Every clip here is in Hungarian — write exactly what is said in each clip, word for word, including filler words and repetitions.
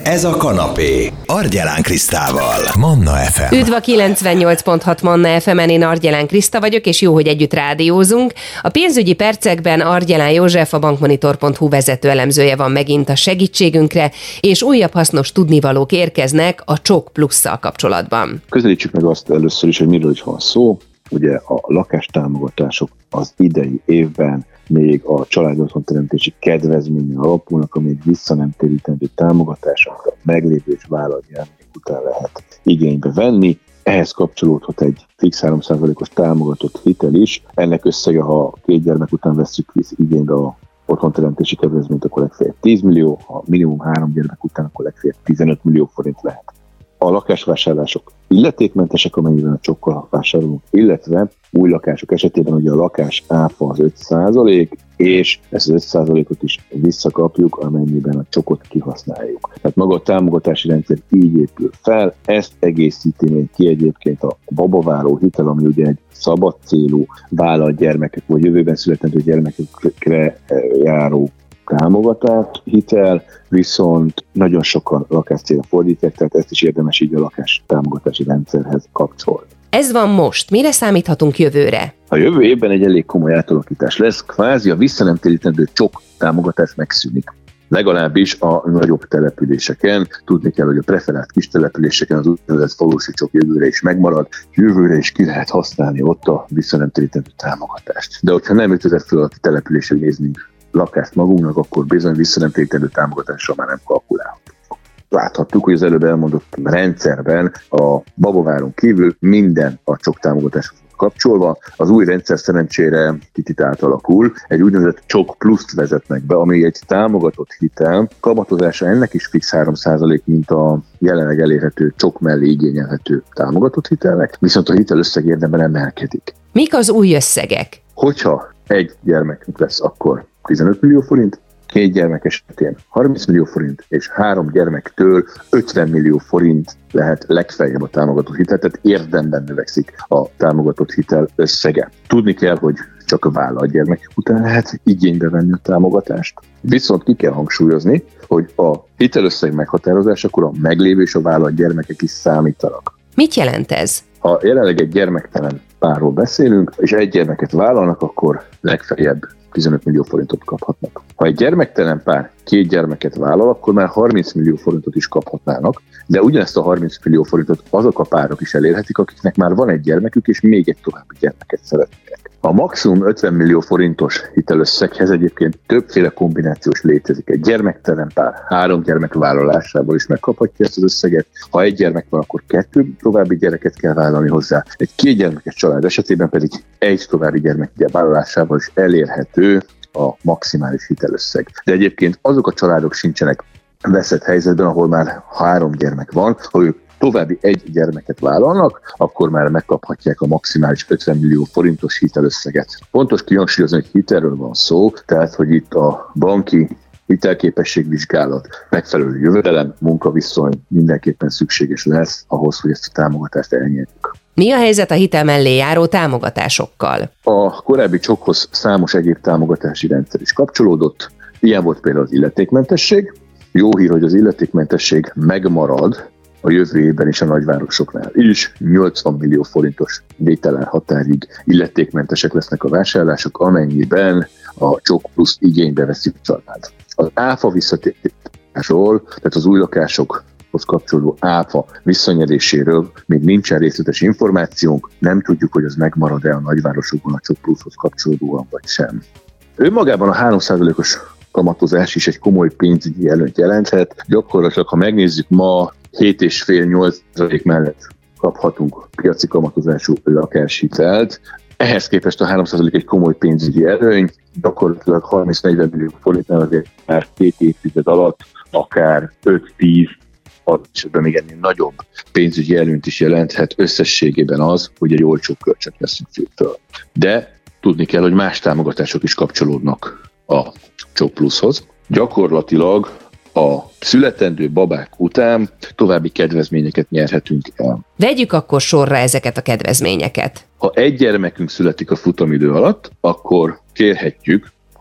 Ez a kanapé. Argyelán Krisztával. Manna ef em. Üdv a kilencvennyolc pont hat Manna ef emen, én Argyelán Kriszta vagyok, és jó, hogy együtt rádiózunk. A pénzügyi percekben Argyelán József, a bankmonitor pont hu vezető elemzője van megint a segítségünkre, és újabb hasznos tudnivalók érkeznek a Csok Plusszal kapcsolatban. Közelítsük meg azt először is, hogy miről is van szó. Ugye a lakástámogatások az idei évben még a családi otthonteremtési kedvezményen alapulnak, ami egy vissza nem térítendő támogatásokra meglévő és vállalt gyermekek után lehet igénybe venni. Ehhez kapcsolódhat egy fix három százalékos támogatott hitel is. Ennek összege, ha két gyermek után vesszük igénybe a otthonteremtési kedvezményt, akkor legfeljebb tíz millió, ha minimum három gyermek után, akkor legfeljebb tizenöt millió forint lehet. A lakásvásárlások illetékmentesek, amennyiben a csokkal vásárolunk, illetve új lakások esetében ugye a lakás áfa az öt százalék, és ezt az öt százalékot is visszakapjuk, amennyiben a csokot kihasználjuk. Tehát maga a támogatási rendszer így épül fel, ezt egészíti még ki egyébként a babaváró hitel, ami ugye egy szabad célú vállalt gyermekek, vagy jövőben születendő gyermekekre járó támogatást, hitel, viszont nagyon sokan lakáscélra fordítják, tehát ezt is érdemes így a lakás támogatási rendszerhez kapcsolni. Ez van most. Mire számíthatunk jövőre? A jövő évben egy elég komoly átalakítás lesz, kvázi a vissza nem térítendő csok támogatás megszűnik. Legalábbis a nagyobb településeken. Tudni kell, hogy a preferált kis településeken az úgynevezett falusi csok jövőre is megmarad, jövőre is ki lehet használni ott a vissza nem térítendő támogatást. De hogyha nem ötözer föl a településre néznünk lakást magunknak, akkor bizony vissza nem térítendő támogatással már nem kalkulálhatunk. Láthattuk, hogy az előbb elmondott rendszerben a babaváron kívül minden a csok támogatáshoz kapcsolva. Az új rendszer szerencsére kicsit átalakul, egy úgynevezett Csok Pluszt vezetnek be, ami egy támogatott hitel. Kamatozása ennek is fix három százalék, mint a jelenleg elérhető csok mellé igényelhető támogatott hitelnek, viszont a hitel összeg érdemben emelkedik. Mik az új összegek? Hogyha egy gyermekünk lesz, akkor tizenöt millió forint, két gyermek esetén harminc millió forint, és három gyermektől ötven millió forint lehet legfeljebb a támogatott hitel, tehát érdemben növekszik a támogatott hitel összege. Tudni kell, hogy csak a vállalt gyermekek után lehet igénybe venni a támogatást. Viszont ki kell hangsúlyozni, hogy a hitelösszeg meghatározásakor a meglévő és a vállalt gyermekek is számítanak. Mit jelent ez? Ha jelenleg egy gyermektelen párról beszélünk, és egy gyermeket vállalnak, akkor legfeljebb tizenöt millió forintot kaphatnak. Ha egy gyermektelen pár két gyermeket vállal, akkor már harminc millió forintot is kaphatnának, de ugyanezt a harminc millió forintot azok a párok is elérhetik, akiknek már van egy gyermekük, és még egy további gyermeket szeretnének. A maximum ötven millió forintos hitelösszeghez egyébként többféle kombinációs létezik. Egy gyermektelen pár három gyermek vállalásából is megkaphatja ezt az összeget. Ha egy gyermek van, akkor kettő további gyereket kell vállalni hozzá. Egy két gyermekes család esetében pedig egy további gyermek vállalásával is elérhető a maximális hitelösszeg. De egyébként azok a családok sincsenek veszett helyzetben, ahol már három gyermek van, ha ők további egy gyermeket vállalnak, akkor már megkaphatják a maximális ötven millió forintos hitelösszeget. Fontos kihangsúlyozni, hogy hitelről van szó, tehát hogy itt a banki hitelképességvizsgálat, megfelelő jövedelem, munkaviszony mindenképpen szükséges lesz ahhoz, hogy ezt a támogatást elnyerjük. Mi a helyzet a hitel mellé járó támogatásokkal? A korábbi csokhoz számos egyéb támogatási rendszer is kapcsolódott. Ilyen volt például az illetékmentesség. Jó hír, hogy az illetékmentesség megmarad a jövő évben is a nagyvárosoknál is. nyolcvan millió forintos vételen határig illetékmentesek lesznek a vásárlások, amennyiben a Csok Plusz igénybe veszik család. Az áfa visszatérítésről, tehát az új lakásokhoz kapcsolódó áfa visszanyeréséről még nincsen részletes információnk, nem tudjuk, hogy az megmarad-e a nagyvárosokban a Csok Pluszhoz kapcsolódóan vagy sem. Önmagában a három százalékos kamatozás is egy komoly pénzügyi előnyt jelenthet. Gyakorlatilag, ha megnézzük, ma hét egész öt-nyolc százalék mellett kaphatunk piaci kamatozású lakáshitelt. Ehhez képest a három százalék egy komoly pénzügyi előny, gyakorlatilag harminc-negyven millió forintnál azért már két évtized alatt akár öt-tíz, esetben még ennél nagyobb pénzügyi előnyt is jelenthet összességében az, hogy egy olcsó kölcsönt veszünk föl. De tudni kell, hogy más támogatások is kapcsolódnak a Csok Pluszhoz. Gyakorlatilag a születendő babák után további kedvezményeket nyerhetünk el. Vegyük akkor sorra ezeket a kedvezményeket. Ha egy gyermekünk születik a futamidő alatt, akkor kérhetjük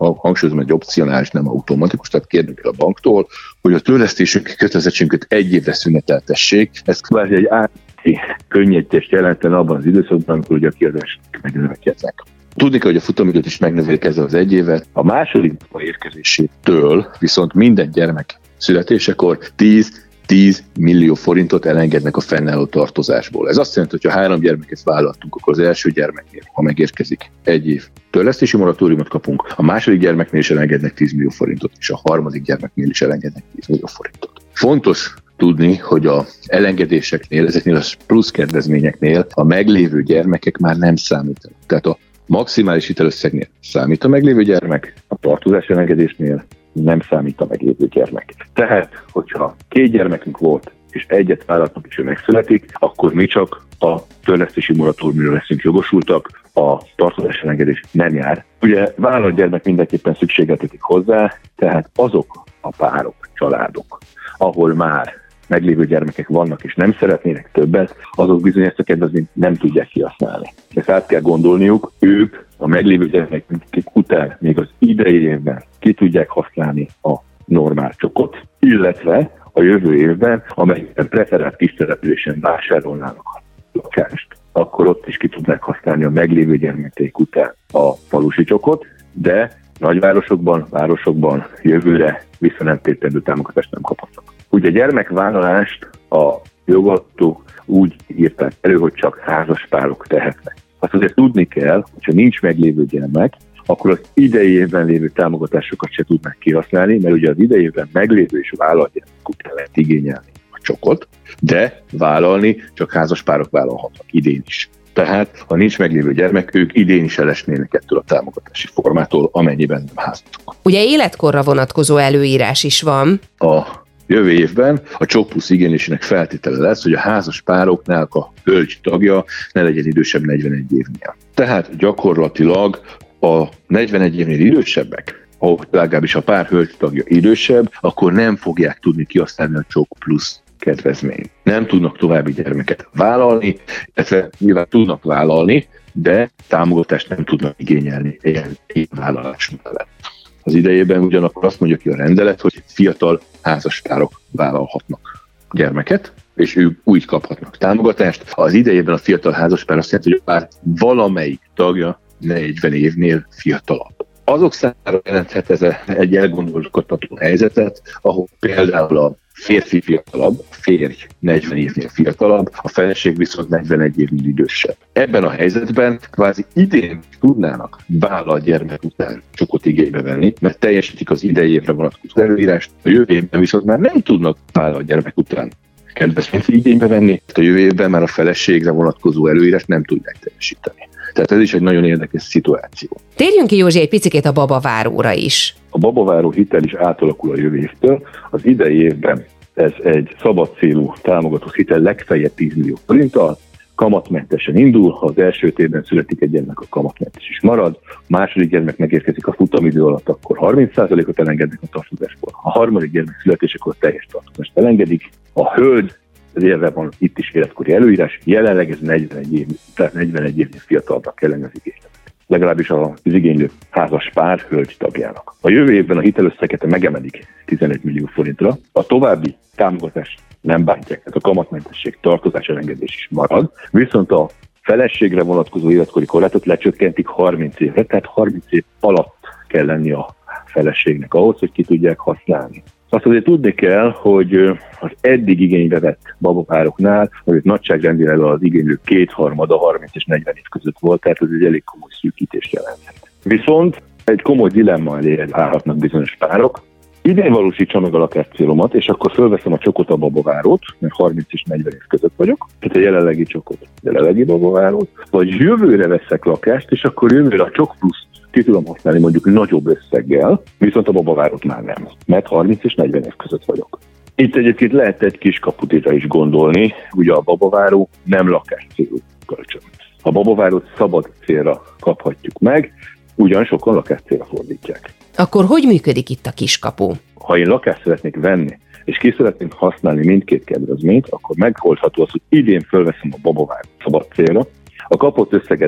hangsúlyozom, egy opcionális, nem automatikus, tehát kérni kell a banktól, hogy a törlesztésünk kötelezettségünket egy évre szüneteltessék. Ez kvázi egy átmeneti könnyítést jelentene abban az időszakban, amikor ugye a kiadások megnövekednek. Tudni kell, hogy a futamidőt is megnövelik ezzel az egy évet. A második érkezésétől viszont minden gyermek születésekor tíz millió forintot elengednek a fennálló tartozásból. Ez azt jelenti, hogy ha három gyermeket vállaltunk, akkor az első gyermeknél, ha megérkezik, egy év törlesztési moratóriumot kapunk, a második gyermeknél is elengednek tíz millió forintot, és a harmadik gyermeknél is elengednek tíz millió forintot. Fontos tudni, hogy a elengedéseknél, ezeknél a plusz kedvezményeknél a meglévő gyermekek már nem számítanak. Tehát a maximális hitelösszegnél számít a meglévő gyermek, a tartozás elengedésnél nem számít a meglévő gyermek. Tehát, hogyha két gyermekünk volt, és egyet vállaltunk, és ő megszületik, akkor mi csak a törlesztési moratóriumra leszünk jogosultak, a tartozás elengedés nem jár. Ugye vállalt gyermek mindenképpen szükségeltetik hozzá, tehát azok a párok, családok, ahol már meglévő gyermekek vannak, és nem szeretnének többet, azok bizony ezt a kedvezményt nem tudják kihasználni. Ezt át kell gondolniuk, ők a meglévő gyermekek után még az idei évben ki tudják használni a normál csokot, illetve a jövő évben, amelyben preferált kistelepülésen vásárolnának a lakást, akkor ott is ki tudnák használni a meglévő gyermekeik után a falusi csokot, de nagyvárosokban, városokban jövőre visszanemtételő támogatást nem kaphatnak. Ugye a gyermekvállalást a jogalkotók úgy írták elő, hogy csak házas párok tehetnek. Azt azért tudni kell, hogyha nincs meglévő gyermek, akkor az idei évben lévő támogatásokat se tudnak kihasználni, mert ugye az idei évben meglévő és vállalt gyermek után lehet igényelni a csokot, de vállalni csak házas párok vállalhatnak idén is. Tehát, ha nincs meglévő gyermek, ők idén is elesnének ettől a támogatási formától, amennyiben nem házasok. Ugye életkorra vonatkozó előírás is van. A jövő évben a csok plusz igénylésének feltétele lesz, hogy a házas pároknál a hölgy tagja ne legyen idősebb negyvenegy évnél. Tehát gyakorlatilag a negyvenegy évnél idősebbek, ahol legalábbis a pár hölgy tagja idősebb, akkor nem fogják tudni kihasználni a csok plusz kedvezményt. Nem tudnak további gyermeket vállalni, illetve nyilván tudnak vállalni, de támogatást nem tudnak igényelni ilyen vállalás mellett. Az idejében ugyanakkor azt mondja ki a rendelet, hogy fiatal házaspárok vállalhatnak gyermeket, és ők úgy kaphatnak támogatást. Az idejében a fiatal házaspár azt jelenti, hogy a pár valamelyik tagja negyven évnél fiatalabb. Azok számára jelenthet ez egy elgondolkodtató helyzetet, ahol például a férfi fiatalabb, a férj negyven évnél fiatalabb, a feleség viszont negyvenegy évnél idősebb. Ebben a helyzetben kvázi idén tudnának vállalt gyermek után csokot igénybe venni, mert teljesítik az idei évre vonatkozó előírást, a jövő évben viszont már nem tudnak vállalt gyermek után kedvezményt igénybe venni, a jövő évben már a feleségre vonatkozó előírást nem tudják teljesíteni. Tehát ez is egy nagyon érdekes szituáció. Térjünk ki, Józsi, egy picit a babaváróra is. A babaváró hitel is átalakul a jövő évtől. Az idei évben ez egy szabad célú támogatott hitel legfeljebb tíz millió forinttal, kamatmentesen indul, ha az első évben születik egy gyermek, a kamatmentes is marad, a második gyermek megérkezik a futamidő alatt, akkor harminc százalékot elengednek a tartozásból, a harmadik gyermek születésekor teljes tartozást elengedik, a hölgy, ez érve van itt is életkori előírás, jelenleg ez negyvenegy év, tehát negyvenegy évnél fiatalabbnak kell lenni az igénynek. Legalábbis az igénylő házas pár hölgy tagjának. A jövő évben a hitelösszeget megemelik tizenegy millió forintra, a további támogatást nem bántják, tehát a kamatmentesség, tartozás elengedés is marad, viszont a feleségre vonatkozó életkori korlátot lecsökkentik harminc évre, tehát harminc év alatt kell lenni a feleségnek ahhoz, hogy ki tudják használni. Azt azért tudni kell, hogy az eddig igénybe vett babapároknál, amit nagyságrendileg az igénylő kétharmada harminc és negyven év között volt, tehát ez egy elég komoly szűkítést jelenthet. Viszont egy komoly dilemma elé állhatnak bizonyos párok. Idén valósítsam meg a lakáscélomat, és akkor fölveszem a csokot, a babavárót, mert harminc és negyven év között vagyok, tehát a jelenlegi csokot, a jelenlegi babavárót, vagy jövőre veszek lakást, és akkor jövőre a csok plusz ki tudom használni mondjuk nagyobb összeggel, viszont a babavárót már nem, mert harminc és negyven év között vagyok. Itt egyébként lehet egy kis kaputira is gondolni, ugye a babaváró nem lakáscélú kölcsön. A babavárót szabad célra kaphatjuk meg, ugyan sokan lakáscélra fordítják. Akkor hogy működik itt a kiskapu? Ha én lakást szeretnék venni, és ki szeretném használni mindkét kedvezményt, akkor megoldható az, hogy idén fölveszem a babavárót szabad célra, a kapott összeget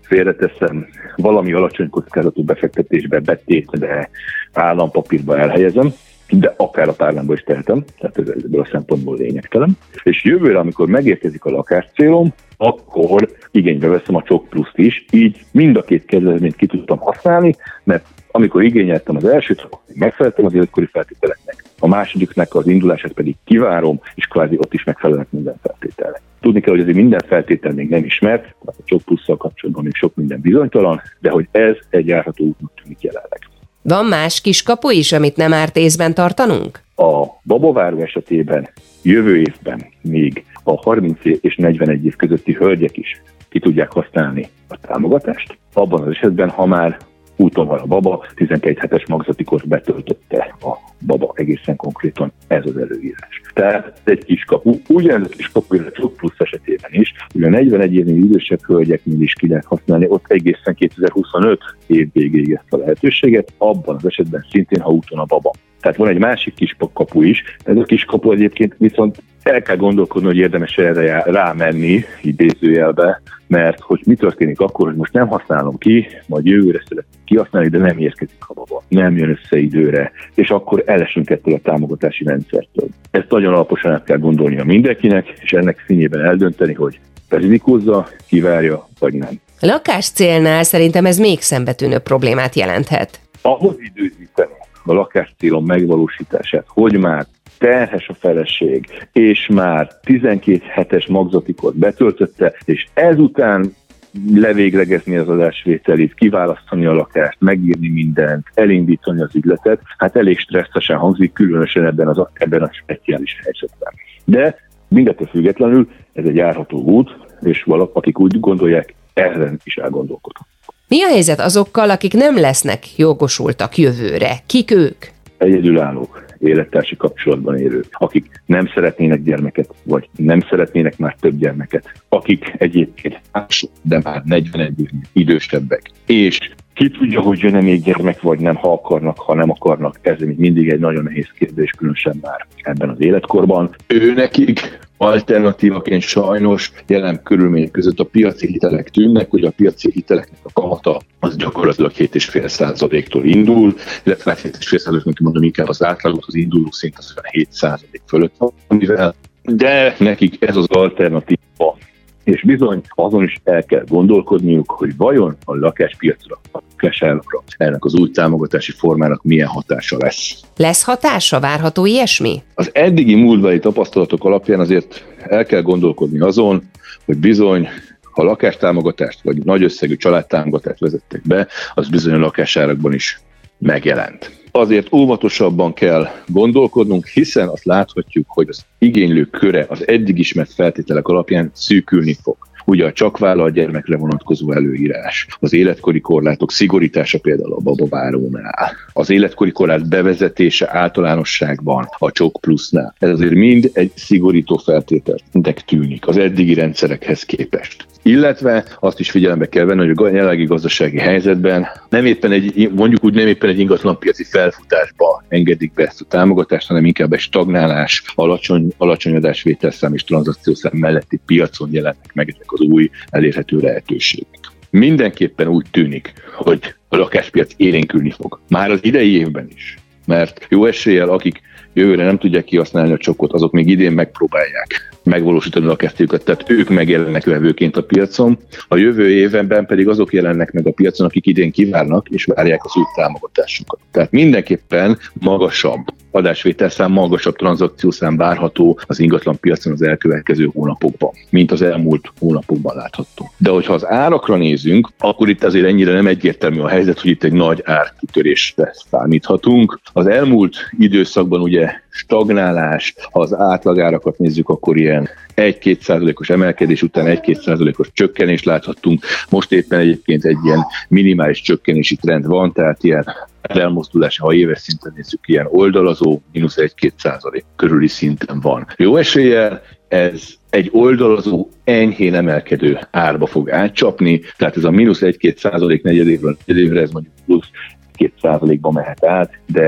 félreteszem, valami alacsony kockázatú befektetésbe, betétbe, állampapírba elhelyezem, de akár a párnámba is tehetem, tehát ez ebből a szempontból lényegtelen. És jövőre, amikor megérkezik a lakáscélom, akkor igénybe veszem a Csok Pluszt is, így mind a két kedvezményt ki tudtam használni, mert amikor igényeltem az elsőt, akkor megfeleltem az életkori feltételeknek, a másodiknak az indulását pedig kivárom, és kvázi ott is megfelelnek minden feltételnek. Tudni kell, hogy azért minden feltétel még nem ismert, a Csok Plusszal kapcsolatban még sok minden bizonytalan, de hogy ez egy járható útnak tűnik jelenleg. Van más kiskapu is, amit nem árt észben tartanunk? A babaváró esetében jövő évben még a harminc és negyvenegy év közötti hölgyek is ki tudják használni a támogatást. Abban az esetben, ha már úton van a baba, tizenkét hetes magzati kort betöltötte a baba, egészen konkrétan ez az előírás. Tehát egy kiskapu, ugyanez a kiskapu a Csok Plusz esetében is, hogy a negyvenegy évnél idősebb hölgyeknél is ki lehet használni, ott egészen kétezer-huszonöt év végéig ezt a lehetőséget, abban az esetben szintén, ha úton a baba. Tehát van egy másik kiskapu is, ez a kiskapu egyébként viszont el kell gondolkodni, hogy érdemes erre rámenni, idézőjelbe, mert hogy mi történik akkor, hogy most nem használom ki, majd jövőre szeretném kihasználni, de nem érkezik a baba, nem jön össze időre, és akkor elesünk ettől a támogatási rendszertől. Ezt nagyon alaposan át kell gondolnia mindenkinek, és ennek színében eldönteni, hogy rizikózza, kivárja, vagy nem. A lakáscélnál szerintem ez még szembetűnő problémát jelenthet. Ahhoz időzíteni a lakáscélom megvalósítását, hogy már terhes a feleség, és már tizenkét hetes magzatikot betöltötte, és ezután levéglegezni az adásvételit, kiválasztani a lakást, megírni mindent, elindítani az ügyletet, hát elég stresszesen hangzik, különösen ebben, az, ebben a speciális helyzetben. De mindettől függetlenül ez egy járható út, és valaki, akik úgy gondolják, ezen is elgondolkodnak. Mi a helyzet azokkal, akik nem lesznek jogosultak jövőre? Kik ők? Egyedülállók, élettársi kapcsolatban élők, akik nem szeretnének gyermeket, vagy nem szeretnének már több gyermeket, akik egyébként mások, de már negyvenegy évnél idősebbek, és ki tudja, hogy jön-e még gyermek, vagy nem, ha akarnak, ha nem akarnak, ez még mindig egy nagyon nehéz kérdés, különösen már ebben az életkorban. Ő nekik alternatívaként sajnos jelen körülmények között a piaci hitelek tűnnek, hogy a piaci hiteleknek a kamata az gyakorlatilag hét egész öt százaléktól indul, illetve hét egész öt százaléknak mondom inkább az átlagot, az induló szint az hét százalék fölött van, mivel de nekik ez az alternatíva. És bizony azon is el kell gondolkodniuk, hogy vajon a lakáspiacra, a lakásárokra ennek az új támogatási formának milyen hatása lesz. Lesz hatása? Várható ilyesmi? Az eddigi múltbeli tapasztalatok alapján azért el kell gondolkodni azon, hogy bizony ha lakástámogatást vagy nagy összegű családtámogatást vezettek be, az bizony a lakásárakban is megjelent. Azért óvatosabban kell gondolkodnunk, hiszen azt láthatjuk, hogy az igénylők köre az eddig ismert feltételek alapján szűkülni fog. Ugye a csak vállalt gyermekre vonatkozó előírás, az életkori korlátok szigorítása például a babavárónál, az életkori korlát bevezetése általánosságban a Csok Plusznál. Ez azért mind egy szigorító feltételnek tűnik az eddigi rendszerekhez képest. Illetve azt is figyelembe kell venni, hogy a jelenlegi gazdasági helyzetben nem éppen egy, mondjuk úgy nem éppen egy ingatlanpiaci felfutásba engedik be ezt a támogatást, hanem inkább egy stagnálás, alacsony, alacsony adásvételszám és tranzakciószám melletti piacon jelennek meg ezek az új elérhető lehetőségek. Mindenképpen úgy tűnik, hogy a lakáspiac élénkülni fog. Már az idei évben is. Mert jó eséllyel, akik jövőre nem tudják kihasználni a csokot, azok még idén megpróbálják megvalósítani a lakástőket, tehát ők megjelennek vevőként a piacon. A jövő évben pedig azok jelennek meg a piacon, akik idén kivárnak és várják az új támogatásukat. Tehát mindenképpen magasabb adásvételszám, magasabb tranzakciószám várható az ingatlan piacon az elkövetkező hónapokban, mint az elmúlt hónapokban látható. De hogyha az árakra nézünk, akkor itt azért ennyire nem egyértelmű a helyzet, hogy itt egy nagy árkitörésre számíthatunk. Az elmúlt időszakban ugye stagnálás, ha az átlagárakat nézzük, akkor ilyen egy-két százalékos emelkedés után egy-két százalékos csökkenést láthattunk. Most éppen egyébként egy ilyen minimális csökkenési trend van, tehát ilyen elmozdulása, ha éves szinten nézzük, ilyen oldalazó, mínusz egy-két százalék körüli szinten van. Jó eséllyel ez egy oldalazó, enyhén emelkedő árba fog átcsapni, tehát ez a mínusz egy-két százalék negyedévről negyedévre, ez mondjuk plusz két százalékba mehet át, de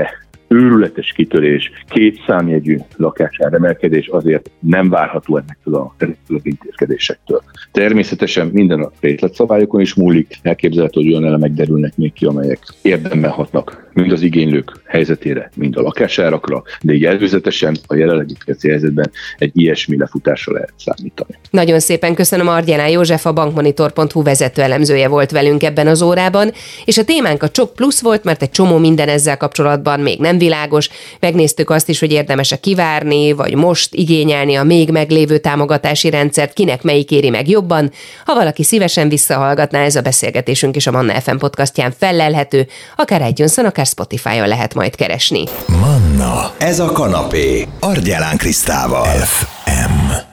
őrületes kitörés, két számjegyű lakásáremelkedés azért nem várható ezektől a, ezektől az intézkedésektől. Természetesen minden a részletszabályokon is múlik, elképzelhető, hogy olyan elemek derülnek még ki, amelyek érdemben hatnak mind az igénylők helyzetére, mind a lakásárakra, de így előzetesen a jelenlegi piaci helyzetben egy ilyesmi lefutásra lehet számítani. Nagyon szépen köszönöm, Argyelán József, a bankmonitor pont hu vezető elemzője volt velünk ebben az órában, és a témánk a csok plusz volt, mert egy csomó minden ezzel kapcsolatban még nem világos. Megnéztük azt is, hogy érdemes-e kivárni, vagy most igényelni a még meglévő támogatási rendszert, kinek melyik éri meg jobban. Ha valaki szívesen visszahallgatná, ez a beszélgetésünk is a Manna ef em podcastján fellelhető, akár iTunes-on, akár Spotify-on lehet majd keresni. Manna, ez a kanapé, Argyelán Krisztával. ef em